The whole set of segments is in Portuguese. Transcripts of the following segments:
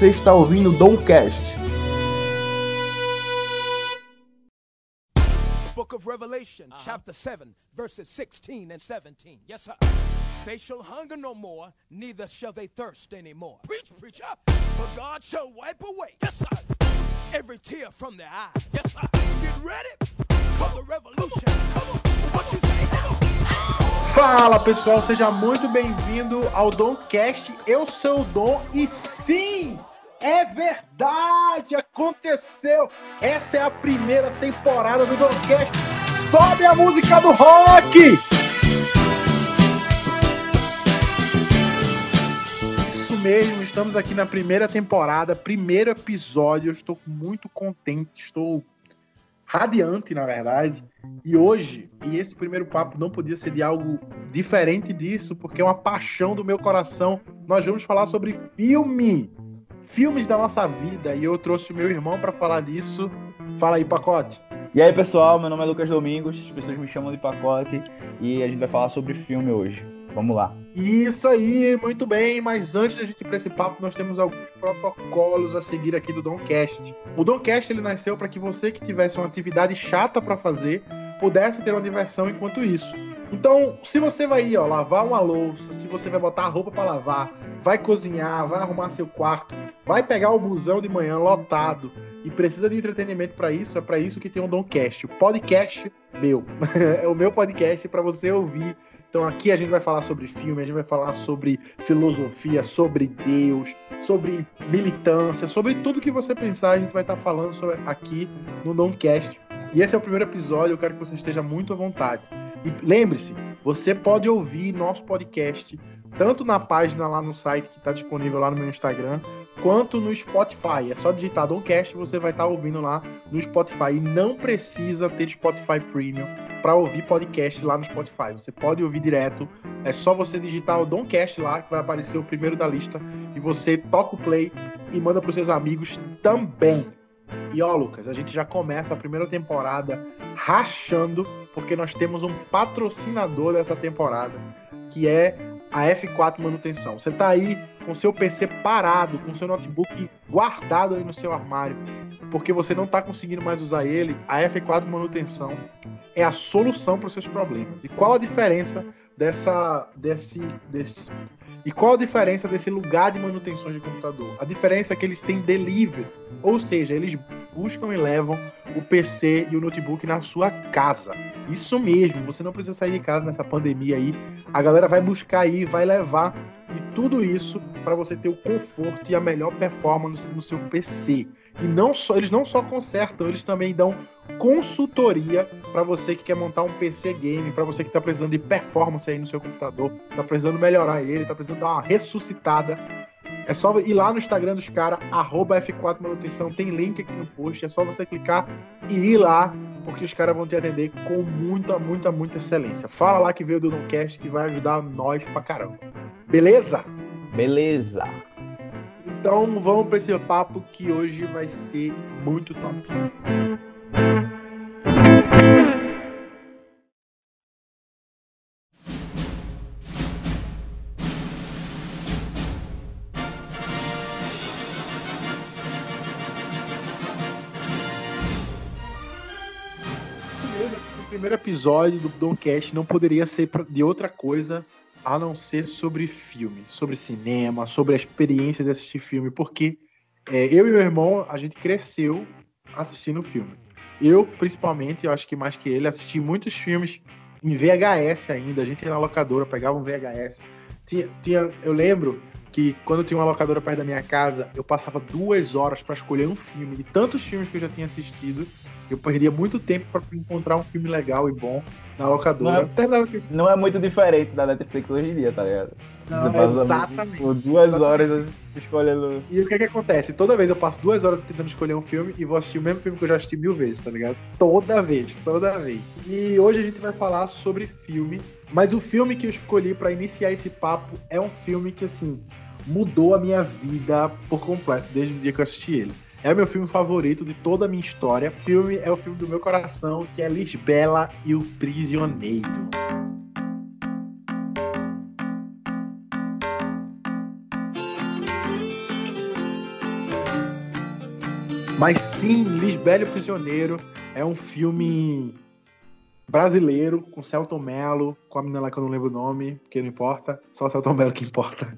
Você está ouvindo o Domcast. Book of Revelation, chapter 7, verses 16 and 17. Yes, sir. They shall hunger no more, neither shall they thirst anymore. Preach, preacher. For God shall wipe away, yes, sir, every tear from their eye. Yes, sir. Get ready for the revolution. Come on. What you say now? Fala pessoal, seja muito bem-vindo ao Domcast. Eu sou o Dom e sim, é verdade, aconteceu. Essa é a primeira temporada do Domcast. Sobe a música do rock! Isso mesmo, estamos aqui na primeira temporada, primeiro episódio. Eu estou muito contente, estou radiante, na verdade. E hoje, esse primeiro papo não podia ser de algo diferente disso, porque é uma paixão do meu coração. Nós vamos falar sobre filmes da nossa vida, e eu trouxe o meu irmão para falar disso. Fala aí, Pacote. E aí, pessoal, meu nome é Lucas Domingos, as pessoas me chamam de Pacote, e a gente vai falar sobre filme hoje. Vamos lá. Isso aí, muito bem, mas antes da gente ir para esse papo, nós temos alguns protocolos a seguir aqui do Domcast. O Domcast, ele nasceu para que você que tivesse uma atividade chata para fazer, pudesse ter uma diversão enquanto isso. Então, se você vai ir, lavar uma louça, se você vai botar a roupa para lavar, vai cozinhar, vai arrumar seu quarto, vai pegar o busão de manhã lotado e precisa de entretenimento para isso, é para isso que tem o Domcast. O podcast meu, é o meu podcast para você ouvir. Então aqui a gente vai falar sobre filme, a gente vai falar sobre filosofia, sobre Deus, sobre militância, sobre tudo que você pensar, a gente vai estar falando sobre aqui no Domcast. E esse é o primeiro episódio, eu quero que você esteja muito à vontade. E lembre-se, você pode ouvir nosso podcast tanto na página lá no site que está disponível lá no meu Instagram, quanto no Spotify. É só digitar Domcast e você vai estar ouvindo lá no Spotify. E não precisa ter Spotify Premium para ouvir podcast lá no Spotify. Você pode ouvir direto. É só você digitar o Domcast lá, que vai aparecer o primeiro da lista. E você toca o play e manda para os seus amigos também. E Lucas, a gente já começa a primeira temporada rachando, porque nós temos um patrocinador dessa temporada, que é a F4 Manutenção. Você tá aí com seu PC parado, com seu notebook guardado aí no seu armário, porque você não tá conseguindo mais usar ele. A F4 Manutenção é a solução para os seus problemas. E qual a diferença desse lugar de manutenção de computador? A diferença é que eles têm delivery, ou seja, eles buscam e levam o PC e o notebook na sua casa. Isso mesmo, você não precisa sair de casa nessa pandemia aí. A galera vai buscar aí, vai levar, e tudo isso para você ter o conforto e a melhor performance no seu PC. E eles não só consertam, eles também dão consultoria para você que quer montar um PC game, para você que está precisando de performance aí no seu computador, está precisando melhorar ele, está precisando dar uma ressuscitada. É só ir lá no Instagram dos caras, @F4 Manutenção, tem link aqui no post, é só você clicar e ir lá, porque os caras vão te atender com muita, muita, muita excelência. Fala lá que veio do Domcast, que vai ajudar nós pra caramba. Beleza? Beleza. Então vamos para esse papo que hoje vai ser muito top. O primeiro episódio do Domcast não poderia ser de outra coisa a não ser sobre filme, sobre cinema, sobre a experiência de assistir filme, porque eu e meu irmão, a gente cresceu assistindo filme. Eu, principalmente, eu acho que mais que ele, assisti muitos filmes em VHS ainda. A gente ia na locadora, pegava um VHS. Eu lembro que quando tinha uma locadora perto da minha casa, eu passava 2 horas para escolher um filme. De tantos filmes que eu já tinha assistido, eu perdia muito tempo para encontrar um filme legal e bom na locadora. Não é muito diferente da Netflix hoje em dia, tá ligado? Não, você passa exatamente. Por 2 horas escolhendo. E o que acontece? Toda vez eu passo 2 horas tentando escolher um filme e vou assistir o mesmo filme que eu já assisti 1000 vezes, tá ligado? Toda vez. E hoje a gente vai falar sobre filme, mas o filme que eu escolhi para iniciar esse papo é um filme que, assim, mudou a minha vida por completo desde o dia que eu assisti ele. É o meu filme favorito de toda a minha história. O filme é o filme do meu coração, que é Lisbela e o Prisioneiro. Mas sim, Lisbela e o Prisioneiro é um filme brasileiro, com Selton Mello, com a menina lá que eu não lembro o nome, porque não importa, só o Selton Mello que importa.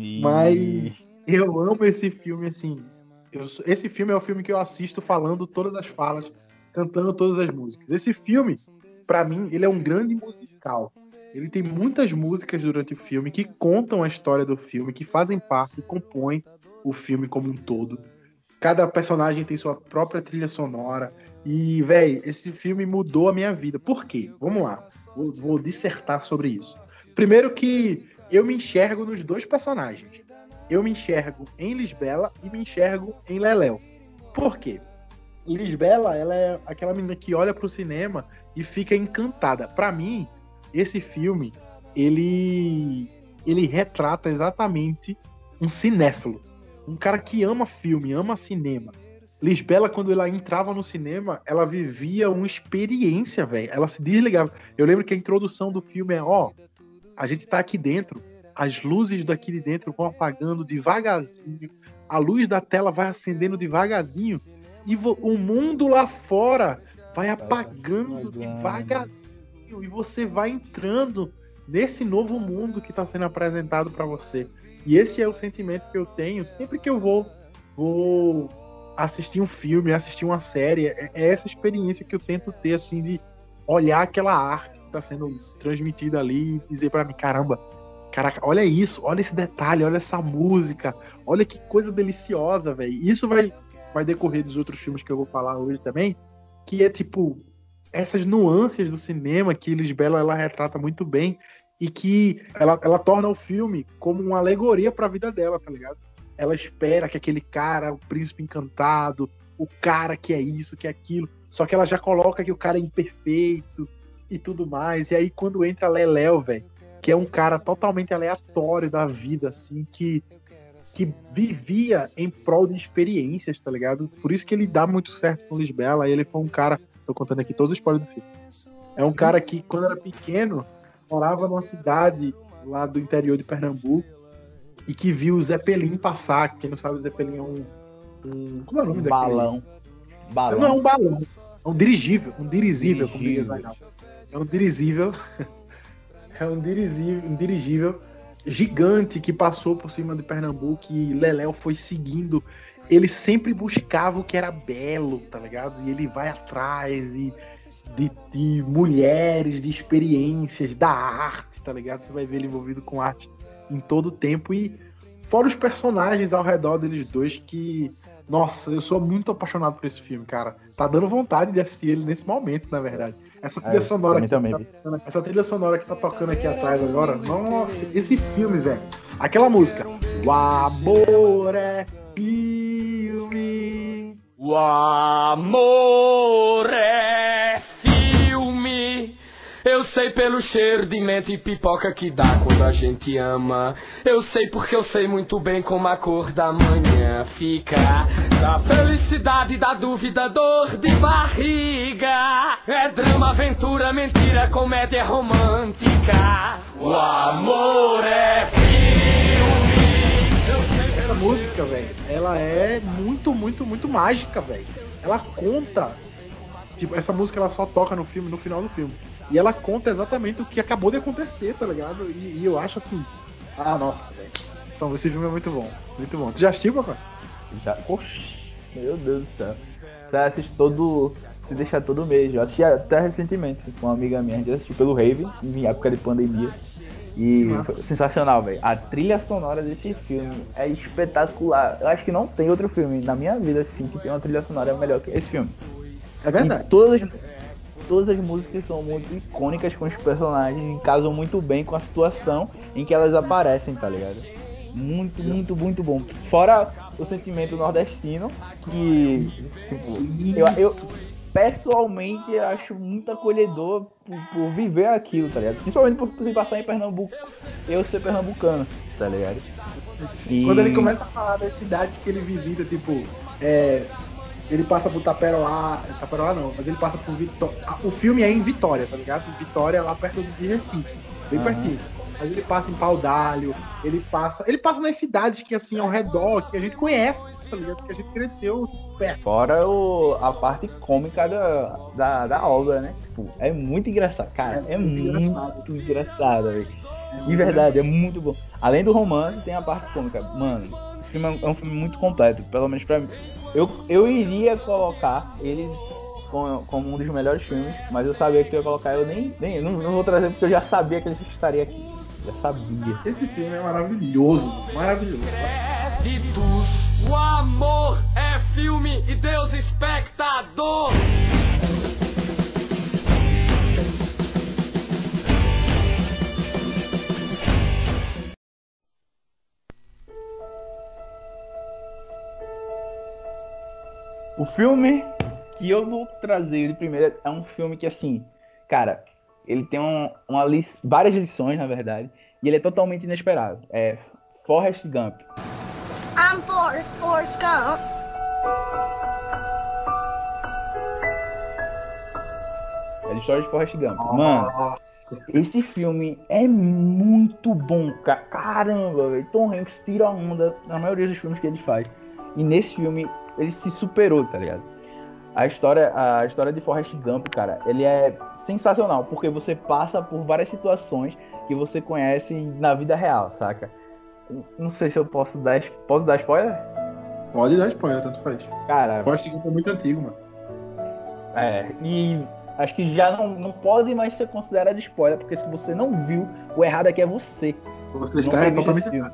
Mas eu amo esse filme, assim. Esse filme é o filme que eu assisto falando todas as falas, cantando todas as músicas. Esse filme, pra mim, ele é um grande musical. Ele tem muitas músicas durante o filme que contam a história do filme, que fazem parte, compõem o filme como um todo. Cada personagem tem sua própria trilha sonora. E, velho, esse filme mudou a minha vida. Por quê? Vamos lá. Vou dissertar sobre isso. Primeiro que eu me enxergo nos dois personagens. Eu me enxergo em Lisbela e me enxergo em Leléu. Por quê? Lisbela, ela é aquela menina que olha pro cinema e fica encantada. Pra mim, esse filme, ele retrata exatamente um cinéfilo. Um cara que ama filme, ama cinema. Lisbela, quando ela entrava no cinema, ela vivia uma experiência, velho. Ela se desligava. Eu lembro que a introdução do filme é, a gente tá aqui dentro, as luzes daqui de dentro vão apagando devagarzinho, a luz da tela vai acendendo devagarzinho, e o mundo lá fora vai apagando devagarzinho, e você vai entrando nesse novo mundo que tá sendo apresentado para você. E esse é o sentimento que eu tenho sempre que eu vou assistir um filme, assistir uma série. É essa experiência que eu tento ter, assim, de olhar aquela arte que está sendo transmitida ali e dizer para mim, caraca, olha isso, olha esse detalhe, olha essa música, olha que coisa deliciosa, velho. Isso vai decorrer dos outros filmes que eu vou falar hoje também, que é tipo essas nuances do cinema que Lisbela ela retrata muito bem e que ela torna o filme como uma alegoria para a vida dela, tá ligado? Ela espera que aquele cara, o príncipe encantado, o cara que é isso, que é aquilo, só que ela já coloca que o cara é imperfeito e tudo mais. E aí quando entra Leléu, velho, que é um cara totalmente aleatório da vida, assim, que vivia em prol de experiências, tá ligado? Por isso que ele dá muito certo com Lisbela. E ele foi um cara, tô contando aqui todos os spoilers do filme, é um cara que quando era pequeno morava numa cidade lá do interior de Pernambuco e que viu o Zeppelin passar. Quem não sabe, o Zeppelin é um como é o nome daquele? Balão. Não é um balão, é um dirigível, como diria Zagal. É um dirigível. É um dirigível gigante que passou por cima de Pernambuco e Leléu foi seguindo. Ele sempre buscava o que era belo, tá ligado? E ele vai atrás de mulheres, de experiências, da arte, tá ligado? Você vai ver ele envolvido com arte em todo o tempo. E fora os personagens ao redor deles dois que... Nossa, eu sou muito apaixonado por esse filme, cara. Tá dando vontade de assistir ele nesse momento, na verdade. Essa trilha sonora essa trilha sonora que tá tocando aqui atrás agora, nossa, esse filme, velho. Aquela música, o amor é filme. O amor é filme. Eu sei pelo cheiro de menta e pipoca que dá quando a gente ama. Eu sei porque eu sei muito bem como a cor da manhã fica. Da felicidade, da dúvida, dor de barriga. É drama, aventura, mentira, comédia romântica. O amor é filme. Essa música, velho, ela é muito, muito, muito mágica, velho. Ela conta... Tipo, essa música ela só toca no filme, no final do filme. E ela conta exatamente o que acabou de acontecer, tá ligado? E eu acho assim... Ah, nossa, velho. Esse filme é muito bom. Muito bom. Tu já assistiu, papai? Já. Oxi, meu Deus do céu. Você assiste todo... Se deixar todo mês. Eu assisti até recentemente com uma amiga minha. A gente assistiu pelo Rave, em época de pandemia. E foi sensacional, velho. A trilha sonora desse filme é espetacular. Eu acho que não tem outro filme na minha vida, assim, que tem uma trilha sonora melhor que esse filme. É verdade. E todas as músicas são muito icônicas com os personagens e casam muito bem com a situação em que elas aparecem, tá ligado? Muito, muito, muito bom. Fora o sentimento nordestino, que tipo, eu pessoalmente acho muito acolhedor por viver aquilo, tá ligado? Principalmente por se passar em Pernambuco, eu ser pernambucano, tá ligado? E... Quando ele começa a falar da cidade que ele visita, tipo, ele passa por Taperoá não, mas ele passa por Vitória. O filme é em Vitória, tá ligado? Vitória lá perto de Recife, bem pertinho. mas ele passa em Paudalho, ele passa nas cidades que, assim, ao redor, que a gente conhece, tá ligado? Que a gente cresceu perto. Fora a parte cômica da obra, né? Tipo, é muito engraçado. Cara, é muito engraçado, velho. De verdade, é muito bom. Além do romance, tem a parte cômica. Mano, esse filme é um filme muito completo, pelo menos pra mim. Eu iria colocar ele como um dos melhores filmes, mas eu sabia que eu ia colocar ele, não vou trazer porque eu já sabia que ele estaria aqui. Já sabia. Esse filme é maravilhoso, maravilhoso. O amor é filme e Deus espectador. O filme que eu vou trazer de primeira é um filme que, assim, cara, ele tem várias lições, na verdade, e ele é totalmente inesperado. É Forrest Gump. I'm Forrest Gump. É a história de Forrest Gump. Mano, esse filme é muito bom, cara. Caramba, velho. Tom Hanks tira a onda na maioria dos filmes que ele faz. E nesse filme, ele se superou, tá ligado? A história de Forrest Gump, cara, ele é sensacional, porque você passa por várias situações que você conhece na vida real, saca? Não sei se eu posso dar spoiler? Pode dar spoiler, tanto faz. Cara, Forrest Gump é muito antigo, mano. E acho que já não pode mais ser considerado spoiler, porque se você não viu, o errado aqui é você. Você está totalmente errado.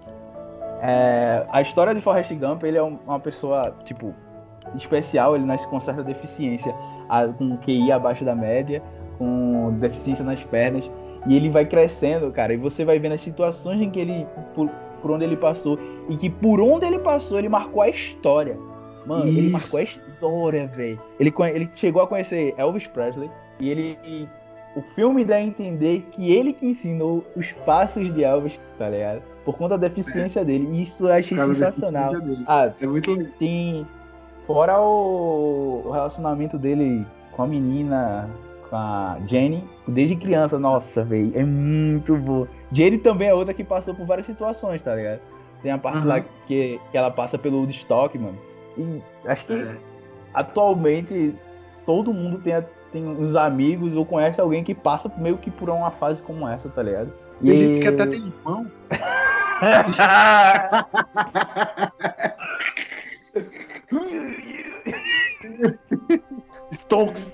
A história de Forrest Gump, ele é uma pessoa, tipo, especial. Ele nasce com certa deficiência, com QI abaixo da média, com deficiência nas pernas, e ele vai crescendo, cara, e você vai vendo as situações em que ele, por onde ele passou, e que por onde ele passou, ele marcou a história. Mano, Isso. Ele marcou a história, velho. Ele chegou a conhecer Elvis Presley, e o filme dá a entender que ele que ensinou os passos de Elvis, tá ligado? Por conta da deficiência dele. E isso eu achei sensacional. É muito legal. Tem... Fora o relacionamento dele com a menina, com a Jenny, desde criança. Nossa, velho, é muito bom. Jenny também é outra que passou por várias situações, tá ligado? Tem a parte lá que ela passa pelo Woodstock, mano. E acho que atualmente todo mundo tem uns amigos ou conhece alguém que passa meio que por uma fase como essa, tá ligado? Tem gente que até tem irmão. Stonks.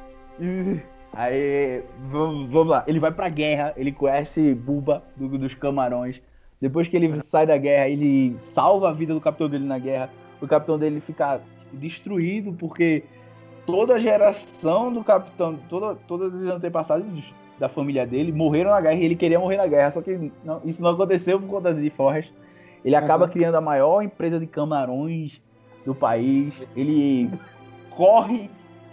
Aí, vamos lá. Ele vai pra guerra, ele conhece Bubba dos Camarões. Depois que ele sai da guerra, ele salva a vida do capitão dele na guerra. O capitão dele fica destruído porque toda a geração do capitão, todos os antepassados da família dele morreram na guerra e ele queria morrer na guerra. Só que isso não aconteceu por conta de Forrest. Ele acaba criando a maior empresa de camarões do país. Ele corre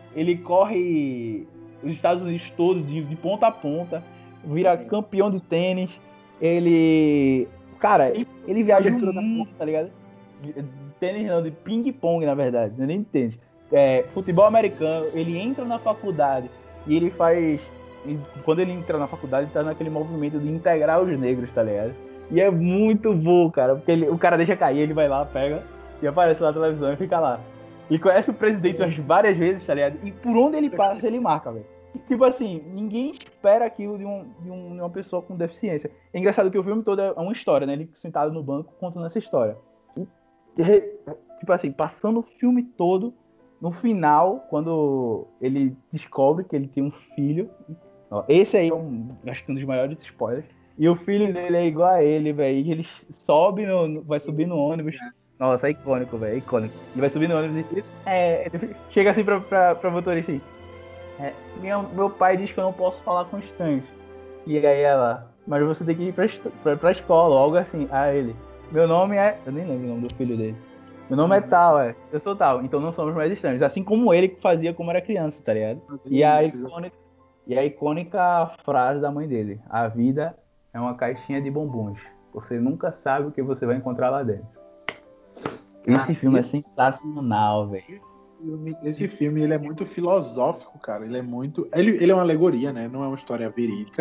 os Estados Unidos todos de ponta a ponta, vira campeão de tênis. Ele viaja no mundo, tá ligado? Tênis não, de ping-pong, na verdade, não é nem tênis. Futebol americano. Ele entra na faculdade e ele faz... Quando ele entra na faculdade, ele tá naquele movimento de integrar os negros, tá ligado? E é muito bom, cara, porque o cara deixa cair, ele vai lá, pega e aparece lá na televisão e fica lá. E conhece o presidente várias vezes, tá ligado? E por onde ele passa, ele marca, velho. Tipo assim, ninguém espera aquilo de uma pessoa com deficiência. É engraçado que o filme todo é uma história, né? Ele sentado no banco contando essa história. E, tipo assim, passando o filme todo, no final, quando ele descobre que ele tem um filho... Ó, esse aí é acho que um dos maiores spoilers. E o filho dele é igual a ele, velho. E ele vai subir no ônibus. Nossa, é icônico, velho. É icônico. Ele vai subir no ônibus e chega assim pra motorista aí. Meu pai diz que eu não posso falar com estranhos. E aí ela, mas você tem que ir pra escola, ou algo assim. Aí ele, meu nome é... Eu nem lembro o nome do filho dele. Meu nome é tal, eu sou tal. Então não somos mais estranhos. Assim como ele que fazia como era criança, tá ligado? E a icônica frase da mãe dele. A vida é uma caixinha de bombons. Você nunca sabe o que você vai encontrar lá dentro. Esse filme é sensacional, velho. Esse filme, ele é muito filosófico, cara. Ele é uma alegoria, né? Não é uma história verídica.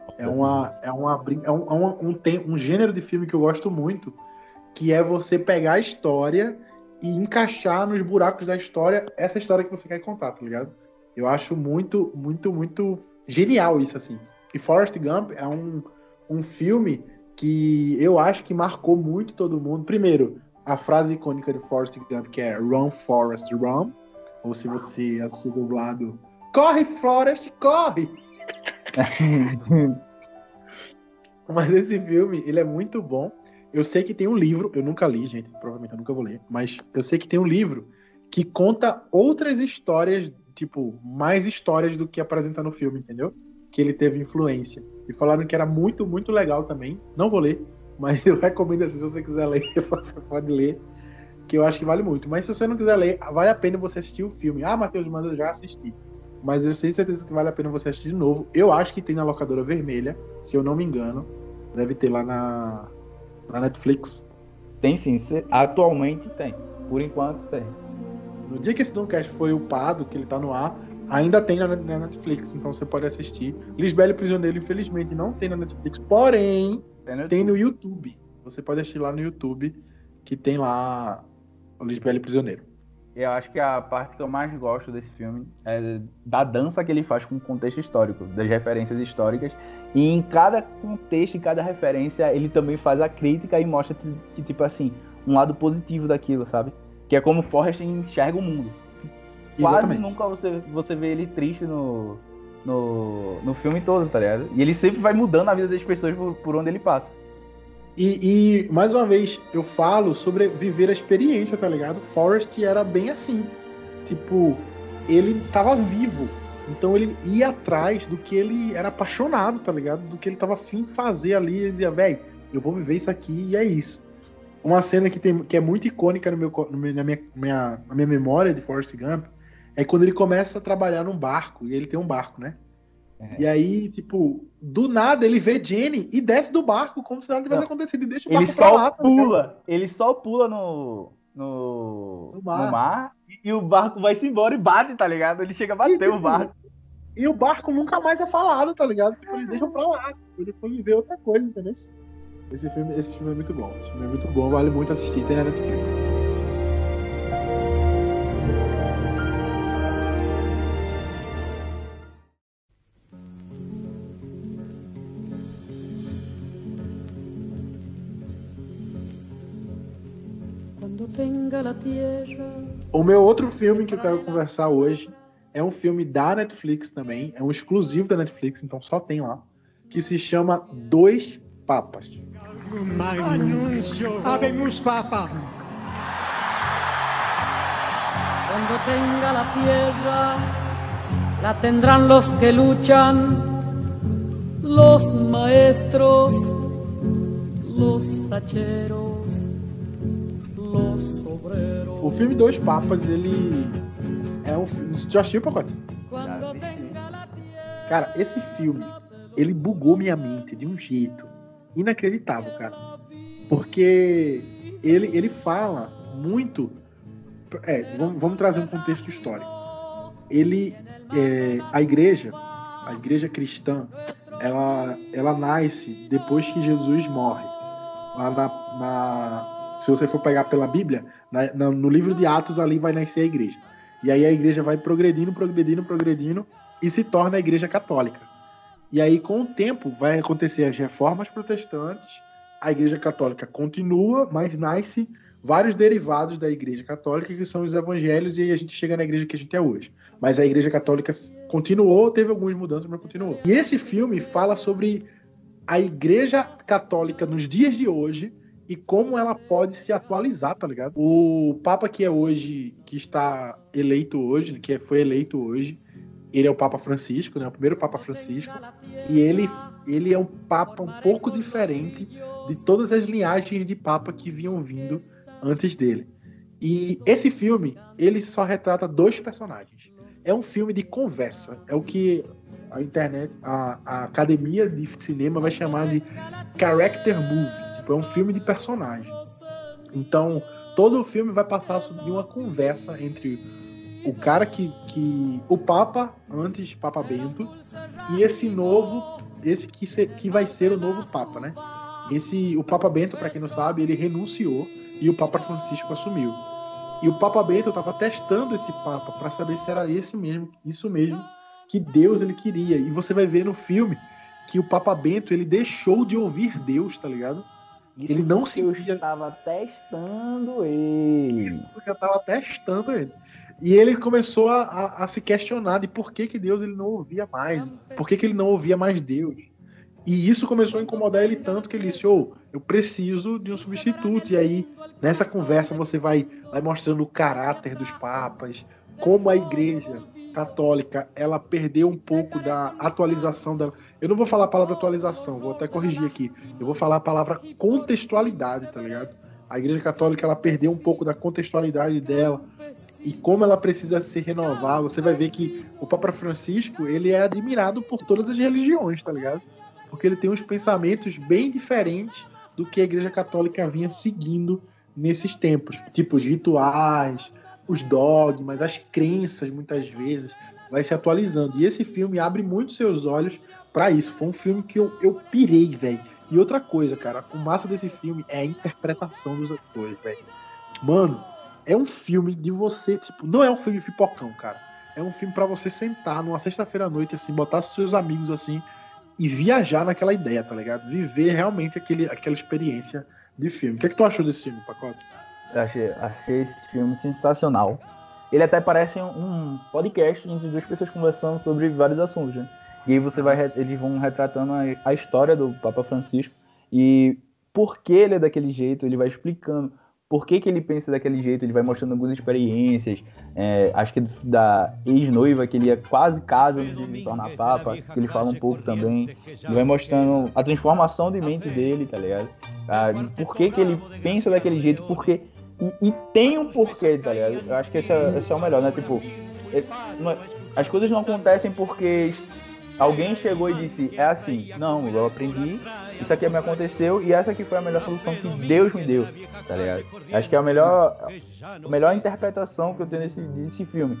Um gênero de filme que eu gosto muito, que é você pegar a história e encaixar nos buracos da história essa história que você quer contar, tá ligado? Eu acho muito, muito, muito genial isso, assim. E Forrest Gump é um filme que eu acho que marcou muito todo mundo. Primeiro, a frase icônica de Forrest Gump, que é Run, Forrest, Run. Ou se você assistiu dublado, corre, Forrest, corre! Mas esse filme, ele é muito bom. Eu sei que tem um livro, eu nunca li, gente, provavelmente eu nunca vou ler, mas eu sei que tem um livro que conta outras histórias, tipo, mais histórias do que apresenta no filme, entendeu? Que ele teve influência. E falaram que era muito, muito legal também. Não vou ler, mas eu recomendo, assim, se você quiser ler, você pode ler, que eu acho que vale muito. Mas se você não quiser ler, vale a pena você assistir o filme. Ah, Matheus, mas eu já assisti. Mas eu tenho certeza que vale a pena você assistir de novo. Eu acho que tem na locadora vermelha, se eu não me engano. Deve ter lá na Netflix. Tem sim, atualmente tem. Por enquanto tem. No dia que esse Doncast foi upado, que ele tá no ar, ainda tem na Netflix, então você pode assistir. Lisbela e o Prisioneiro, infelizmente, não tem na Netflix, porém, tem no YouTube. Você pode assistir lá no YouTube, que tem lá o Lisbela e o Prisioneiro. Eu acho que a parte que eu mais gosto desse filme é da dança que ele faz com o contexto histórico, das referências históricas. E em cada contexto, em cada referência, ele também faz a crítica e mostra que, tipo assim, um lado positivo daquilo, sabe? Que é como o Forrest enxerga o mundo. Quase nunca você vê ele triste no filme todo, tá ligado? E ele sempre vai mudando a vida das pessoas por onde ele passa. E mais uma vez, eu falo sobre viver a experiência, tá ligado? Forrest era bem assim. Tipo, ele tava vivo. Então ele ia atrás do que ele era apaixonado, tá ligado? Do que ele tava afim de fazer ali. Ele dizia, velho, eu vou viver isso aqui e é isso. Uma cena que é muito icônica na minha memória de Forrest Gump é quando ele começa a trabalhar num barco. E ele tem um barco, né? E aí, tipo, do nada ele vê Jenny e desce do barco como se nada tivesse acontecido e deixa o barco pra lá. Ele só pula no mar e o barco vai-se embora e bate, tá ligado? Ele chega a bater o barco. E o barco nunca mais é falado, tá ligado? Tipo, eles deixam pra lá. Tipo, ele foi viver outra coisa, entendeu? Esse filme é muito bom. Esse filme é muito bom, vale muito assistir. Tem na Netflix. O meu outro filme que eu quero conversar hoje é um filme da Netflix também, é um exclusivo da Netflix, então só tem lá, que se chama Dois Papas. Anuncio. Habemus Papa. Cuando tenga la tierra, la tendrán los que luchan, los maestros, los hacheros, los obreros. O filme Dois Papas, ele é um filme... Já assistiu, Pacote? Cara, esse filme, ele bugou minha mente de um jeito inacreditável, cara. Porque ele fala muito... vamos trazer um contexto histórico. A igreja cristã, ela nasce depois que Jesus morre. Lá se você for pegar pela Bíblia, no livro de Atos ali vai nascer a igreja. E aí a igreja vai progredindo e se torna a igreja católica. E aí com o tempo vai acontecer as reformas protestantes, a igreja católica continua, mas nasce vários derivados da igreja católica, que são os evangelhos, e aí a gente chega na igreja que a gente é hoje. Mas a igreja católica continuou, teve algumas mudanças, mas continuou. E esse filme fala sobre a igreja católica nos dias de hoje e como ela pode se atualizar, tá ligado? O Papa que está eleito hoje, que foi eleito hoje, ele é o Papa Francisco, né? O primeiro Papa Francisco. E ele é um Papa um pouco diferente de todas as linhagens de Papa que vinham vindo antes dele. E esse filme, ele só retrata dois personagens. É um filme de conversa. É o que a internet, a academia de cinema vai chamar de character movie. Tipo, é um filme de personagem. Então, todo o filme vai passar sobre uma conversa entre o cara o Papa, antes Papa Bento, e esse novo esse que vai ser o novo Papa, né? O Papa Bento, para quem não sabe, ele renunciou e o Papa Francisco assumiu. E o Papa Bento estava testando esse Papa para saber se era isso mesmo que Deus ele queria. E você vai ver no filme que o Papa Bento ele deixou de ouvir Deus, tá ligado? Isso ele não se eu estava testando ele. Eu estava testando ele. E ele começou a se questionar de por que Deus ele não ouvia mais, por que ele não ouvia mais Deus. E isso começou a incomodar ele tanto que ele disse, eu preciso de um substituto. E aí, nessa conversa, você vai mostrando o caráter dos papas, como a igreja católica, ela perdeu um pouco da atualização dela. Eu não vou falar a palavra atualização, vou até corrigir aqui. Eu vou falar a palavra contextualidade, tá ligado? A igreja católica, ela perdeu um pouco da contextualidade dela. E como ela precisa se renovar, você vai ver que o Papa Francisco, ele é admirado por todas as religiões, tá ligado? Porque ele tem uns pensamentos bem diferentes do que a Igreja Católica vinha seguindo nesses tempos. Tipo, os rituais, os dogmas, as crenças, muitas vezes, vai se atualizando. E esse filme abre muito seus olhos para isso. Foi um filme que eu pirei, velho. E outra coisa, cara, o massa desse filme é a interpretação dos atores, velho. Mano, é um filme de você, tipo, não é um filme pipocão, cara. É um filme para você sentar numa sexta-feira à noite, assim, botar seus amigos, assim, e viajar naquela ideia, tá ligado? Viver realmente aquela experiência de filme. O que é que tu achou desse filme, Pacote? Eu achei esse filme sensacional. Ele até parece um podcast entre duas pessoas conversando sobre vários assuntos, né? E aí eles vão retratando a história do Papa Francisco e por que ele é daquele jeito, ele vai explicando por que ele pensa daquele jeito, ele vai mostrando algumas experiências, acho que da ex-noiva, que ele é quase casa antes de se tornar Papa, que ele fala um pouco também, ele vai mostrando a transformação de mente dele, tá ligado? Por que ele pensa daquele jeito, porque e tem um porquê, tá ligado? Eu acho que esse é o melhor, né? Tipo, as coisas não acontecem porque alguém chegou e disse, é assim. Não, eu aprendi, isso aqui me aconteceu e essa aqui foi a melhor solução que Deus me deu, tá ligado? Acho que é a melhor interpretação que eu tenho desse filme.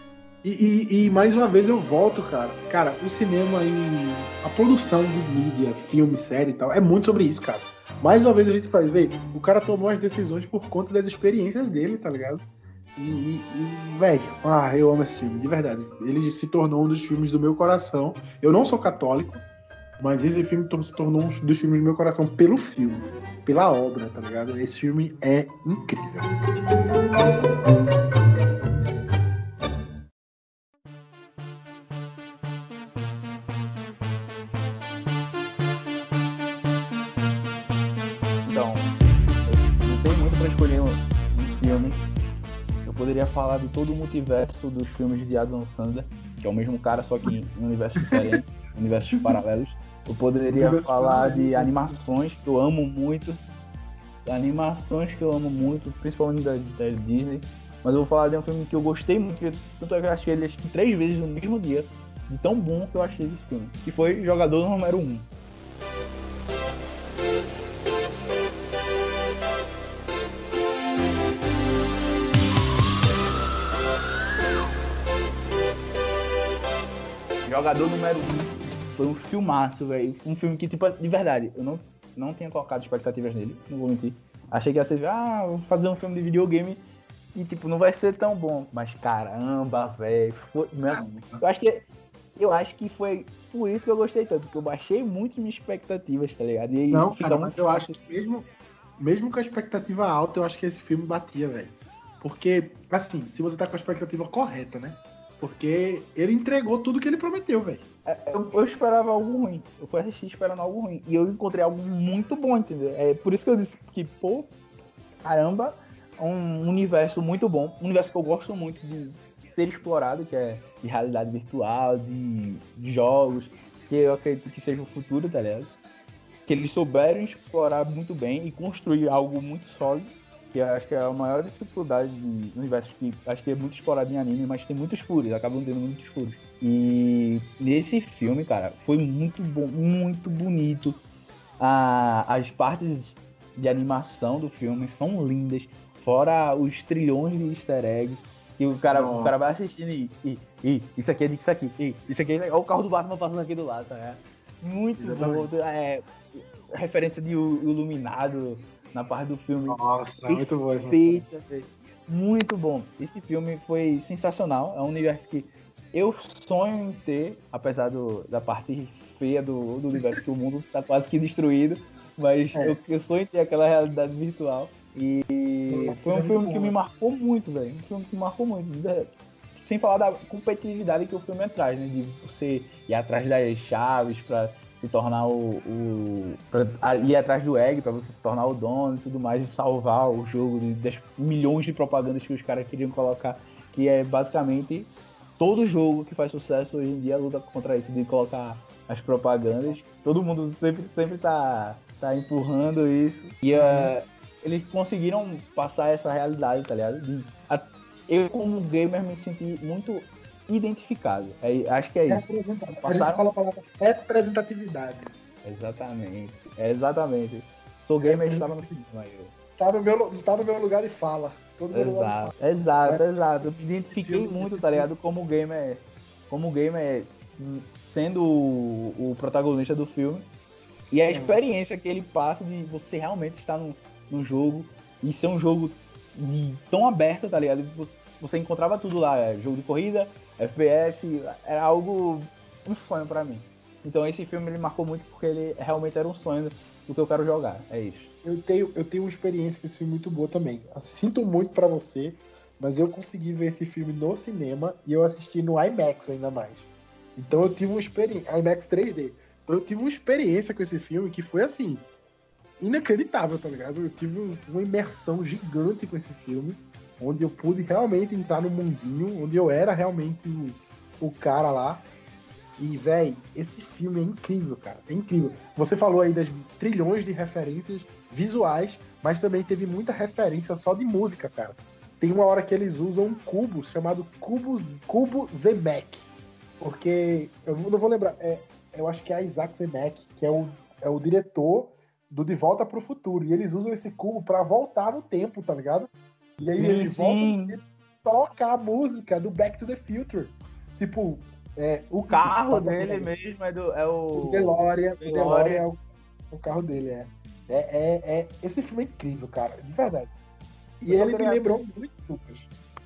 E mais uma vez eu volto, cara. Cara, o cinema e a produção de mídia, filme, série e tal, é muito sobre isso, cara. Mais uma vez a gente faz, velho, o cara tomou as decisões por conta das experiências dele, tá ligado? E velho, eu amo esse filme, de verdade. Ele se tornou um dos filmes do meu coração. Eu não sou católico, mas esse filme se tornou um dos filmes do meu coração pelo filme, pela obra, tá ligado? Esse filme é incrível. Então, eu não tenho muito pra escolher um filme. Eu poderia falar de todo o multiverso dos filmes de Adam Sandler, que é o mesmo cara, só que em universos diferentes, universos paralelos. Eu poderia falar de animações que eu amo muito, principalmente da Disney. Mas eu vou falar de um filme que eu gostei muito, tanto é que eu achei ele 3 vezes no mesmo dia, de tão bom que eu achei esse filme, que foi Jogador Número 1. Jogador Número 1 foi um filmaço, velho. Um filme que, tipo, de verdade, eu não tinha colocado expectativas nele, não vou mentir. Achei que ia ser, vou fazer um filme de videogame e, tipo, não vai ser tão bom. Mas, caramba, velho. Eu acho que foi por isso que eu gostei tanto, porque eu baixei muito minhas expectativas, tá ligado? E aí não, cara, mas eu acho que mesmo com a expectativa alta, eu acho que esse filme batia, velho. Porque, assim, se você tá com a expectativa correta, né? Porque ele entregou tudo que ele prometeu, velho. Eu esperava algo ruim. Eu fui assistir esperando algo ruim. E eu encontrei algo muito bom, entendeu? É por isso que eu disse que, caramba, um universo muito bom. Um universo que eu gosto muito de ser explorado, que é de realidade virtual, de jogos, que eu acredito que seja o futuro, tá ligado? Que eles souberam explorar muito bem e construir algo muito sólido. Que eu acho que é a maior dificuldade do universo, que acho que é muito explorado em anime, mas tem muitos furos, acabam tendo muitos furos. E nesse filme, cara, foi muito bom, muito bonito. As partes de animação do filme são lindas, fora os trilhões de easter eggs, que o cara vai assistindo e isso aqui é disso aqui, isso aqui é o carro do Batman passando aqui do lado, tá ligado? Muito bom. Referência de Iluminado na parte do filme. Nossa, muito bom. Perfeita, velho. Muito bom. Esse filme foi sensacional. É um universo que eu sonho em ter, apesar da parte feia do universo, que o mundo tá quase que destruído. Mas eu sonho em ter aquela realidade virtual. E foi um filme que me marcou muito, velho. Um filme que me marcou muito. Sem falar da competitividade que o filme traz, né? De você ir atrás das chaves pra se tornar pra ir atrás do egg, pra você se tornar o dono e tudo mais, e salvar o jogo das milhões de propagandas que os caras queriam colocar, que é basicamente todo jogo que faz sucesso hoje em dia luta contra isso, de colocar as propagandas. Todo mundo sempre tá empurrando isso. E eles conseguiram passar essa realidade, tá ligado? Eu, como gamer, me senti muito identificado. Acho que é isso. Fala a palavra representatividade. Exatamente. Sou gamer e estava no cinema. Tá no meu lugar e fala. Exato. Eu me identifiquei muito, tá ligado? Como gamer sendo o protagonista do filme. E a experiência que ele passa de você realmente estar num jogo e ser um jogo tão aberto, tá ligado? Você encontrava tudo lá, jogo de corrida, FPS, era algo, um sonho pra mim. Então esse filme ele marcou muito porque ele realmente era um sonho do que eu quero jogar, é isso. Eu tenho uma experiência com esse filme muito boa também. Sinto muito pra você, mas eu consegui ver esse filme no cinema e eu assisti no IMAX ainda mais. Então eu tive uma experiência, IMAX 3D. Então eu tive uma experiência com esse filme que foi assim, inacreditável, tá ligado? Eu tive uma imersão gigante com esse filme, onde eu pude realmente entrar no mundinho, onde eu era realmente o cara lá. E, véi, esse filme é incrível, cara. É incrível. Você falou aí das trilhões de referências visuais, mas também teve muita referência só de música, cara. Tem uma hora que eles usam um cubo chamado Cubo Zemeck. Porque, eu não vou lembrar, eu acho que é Isaac Zemeck, que é o diretor do De Volta pro Futuro. E eles usam esse cubo pra voltar no tempo, tá ligado? E aí eles voltam e tocam a música do Back to the Future. Tipo, o carro dele mesmo o DeLorean. O DeLorean é o carro dele, esse filme é incrível, cara, de verdade. E ele me lembrou muito, Lucas,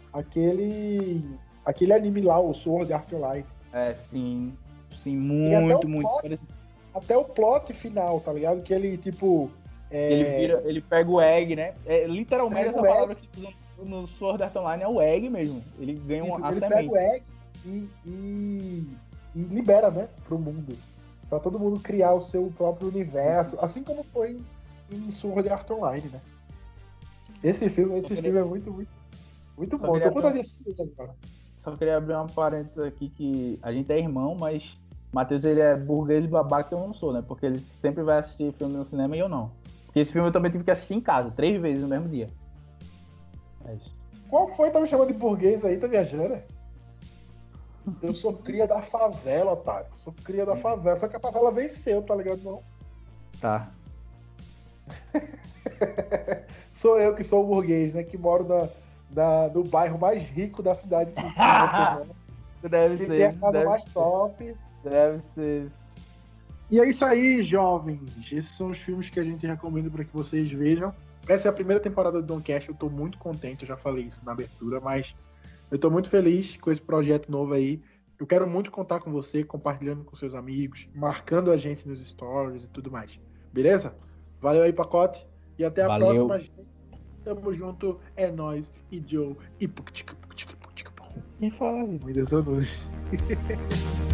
aquele anime lá, o Sword Art Online. Sim, muito parecido. Até o plot final, tá ligado? Que ele, tipo... Ele pega o egg, né? Literalmente essa palavra que usa no Sword Art Online é o egg mesmo. Ele ganha uma semente. Ele pega o egg e libera, né? Pro mundo. Pra todo mundo criar o seu próprio universo. Assim como foi em Sword Art Online, né? Esse filme é muito bom. Eu tô com vontade de assistir agora. Só queria abrir uma parênteses aqui que a gente é irmão, mas Matheus ele é burguês e babaca que eu não sou, né? Porque ele sempre vai assistir filme no cinema e eu não. Porque esse filme eu também tive que assistir em casa, 3 vezes no mesmo dia. É isso. Qual foi? Tá me chamando de burguês aí, tá viajando? Eu sou cria da favela, otário. Sou cria da favela. Só que a favela venceu, tá ligado? Não? Tá. Sou eu que sou o burguês, né? Que moro no bairro mais rico da cidade que você deve ser. Tem a casa mais top. Deve ser. E é isso aí, jovens. Esses são os filmes que a gente recomenda para que vocês vejam. Essa é a primeira temporada do Doncast. Eu tô muito contente, eu já falei isso na abertura, mas eu tô muito feliz com esse projeto novo aí. Eu quero muito contar com você, compartilhando com seus amigos, marcando a gente nos stories e tudo mais. Beleza? Valeu aí, pacote. E até a próxima, gente. Tamo junto. É nóis. E Joe. E Quem fala? Me desonore.